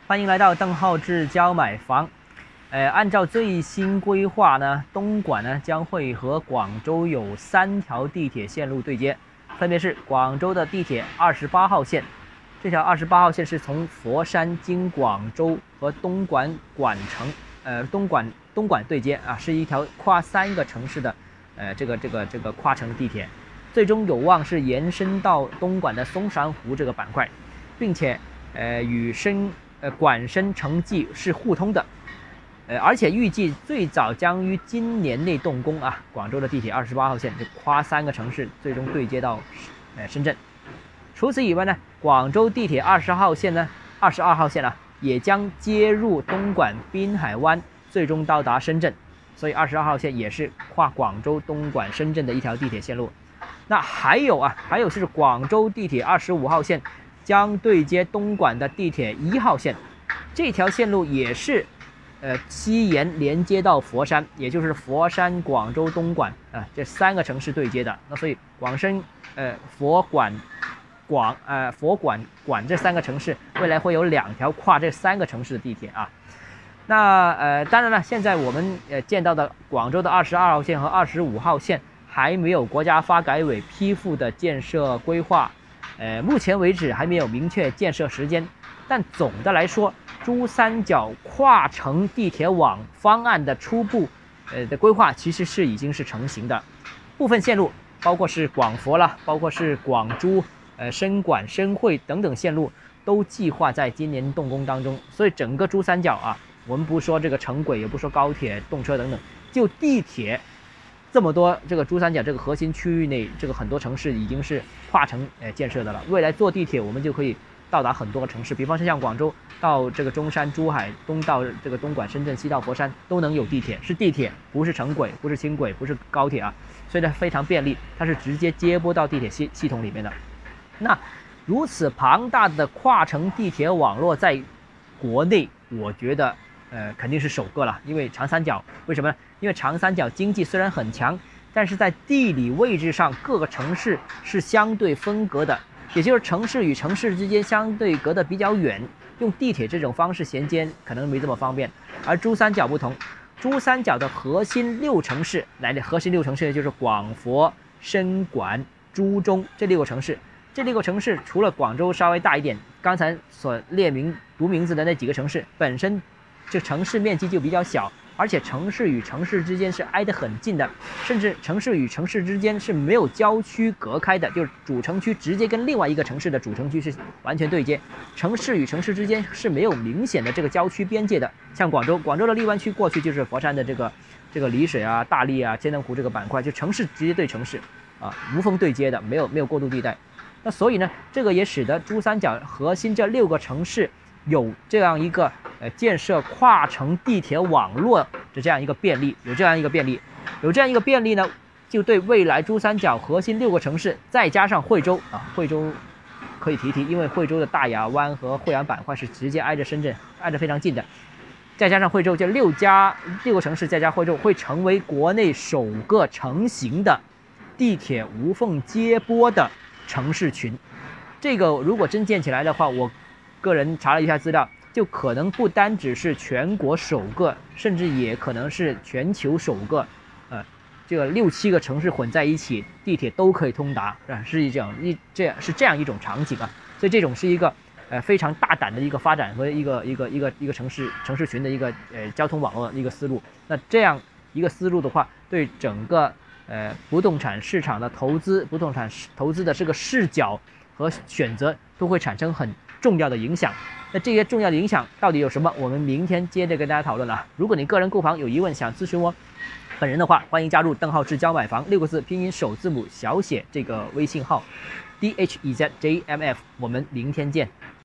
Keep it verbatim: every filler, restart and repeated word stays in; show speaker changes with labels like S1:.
S1: 欢迎来到邓浩志教买房。呃，按照最新规划呢，东莞呢将会和广州有三条地铁线路对接，分别是广州的地铁二十八号线。这条二十八号线是从佛山经广州和东莞莞城，呃，东莞东莞对接啊，是一条跨三个城市的，呃，这个这个这个跨城地铁，最终有望是延伸到东莞的松山湖这个板块，并且呃与深呃莞深城际是互通的。呃，而且预计最早将于今年内动工啊。广州的地铁二十八号线就跨三个城市，最终对接到呃深圳。除此以外呢，广州地铁二十号线呢，二十二号线啊，也将接入东莞滨海湾，最终到达深圳。所以二十二号线也是跨广州、东莞、深圳的一条地铁线路。那还有啊，还有是广州地铁二十五号线将对接东莞的地铁一号线，这条线路也是。呃，西延连接到佛山，也就是佛山、广州、东莞啊、呃、这三个城市对接的。那所以广深、呃佛莞、广呃佛莞莞这三个城市，未来会有两条跨这三个城市的地铁啊。那呃，当然了，现在我们呃见到的广州的二十二号线和二十五号线还没有国家发改委批复的建设规划，呃，目前为止还没有明确建设时间。但总的来说，珠三角跨城地铁网方案的初步呃的规划其实是已经是成型的，部分线路包括是广佛啦，包括是广珠、呃深莞、深汇等等线路都计划在今年动工当中。所以整个珠三角啊，我们不说这个城轨，也不说高铁、动车等等，就地铁这么多，这个珠三角这个核心区域内，这个很多城市已经是跨城呃建设的了。未来坐地铁我们就可以到达很多个城市，比方说像广州到这个中山、珠海，东到这个东莞、深圳，西到佛山，都能有地铁，是地铁，不是城轨，不是轻轨，不是高铁啊，所以呢非常便利，它是直接接驳到地铁系系统里面的。那如此庞大的跨城地铁网络在国内，我觉得呃肯定是首个了，因为长三角为什么呢？因为长三角经济虽然很强，但是在地理位置上各个城市是相对分隔的。也就是城市与城市之间相对隔得比较远，用地铁这种方式衔接可能没这么方便。而珠三角不同，珠三角的核心六城市，来的核心六城市就是广佛、深莞、珠中这六个城市。这六个城市除了广州稍微大一点，刚才所列名读名字的那几个城市本身这城市面积就比较小，而且城市与城市之间是挨得很近的，甚至城市与城市之间是没有郊区隔开的，就是主城区直接跟另外一个城市的主城区是完全对接，城市与城市之间是没有明显的这个郊区边界的。像广州，广州的荔湾区过去就是佛山的这个这个丽水啊、大荔啊、千灯湖这个板块，就城市直接对城市啊，无缝对接的，没有没有过渡地带。那所以呢，这个也使得珠三角核心这六个城市有这样一个呃建设跨城地铁网络的这样一个便利，有这样一个便利，有这样一个便利呢，就对未来珠三角核心六个城市，再加上惠州啊，惠州可以提提，因为惠州的大亚湾和惠安板块是直接挨着深圳，挨着非常近的，再加上惠州，这六家六个城市再加惠州，会成为国内首个成型的地铁无缝接驳的城市群。这个如果真建起来的话，我个人查了一下资料，就可能不单只是全国首个，甚至也可能是全球首个，呃，这个六七个城市混在一起，地铁都可以通达，是吧？是这样一这样是这样一种场景啊，所以这种是一个呃非常大胆的一个发展和一个一个一个一个城市城市群的一个呃交通网络的一个思路。那这样一个思路的话，对整个呃不动产市场的投资，不动产投资的这个视角和选择都会产生很重要的影响。那这些重要的影响到底有什么？我们明天接着跟大家讨论了。如果你个人购房有疑问想咨询我本人的话，欢迎加入邓浩志教买房六个字拼音首字母小写这个微信号 D H E Z J M F， 我们明天见。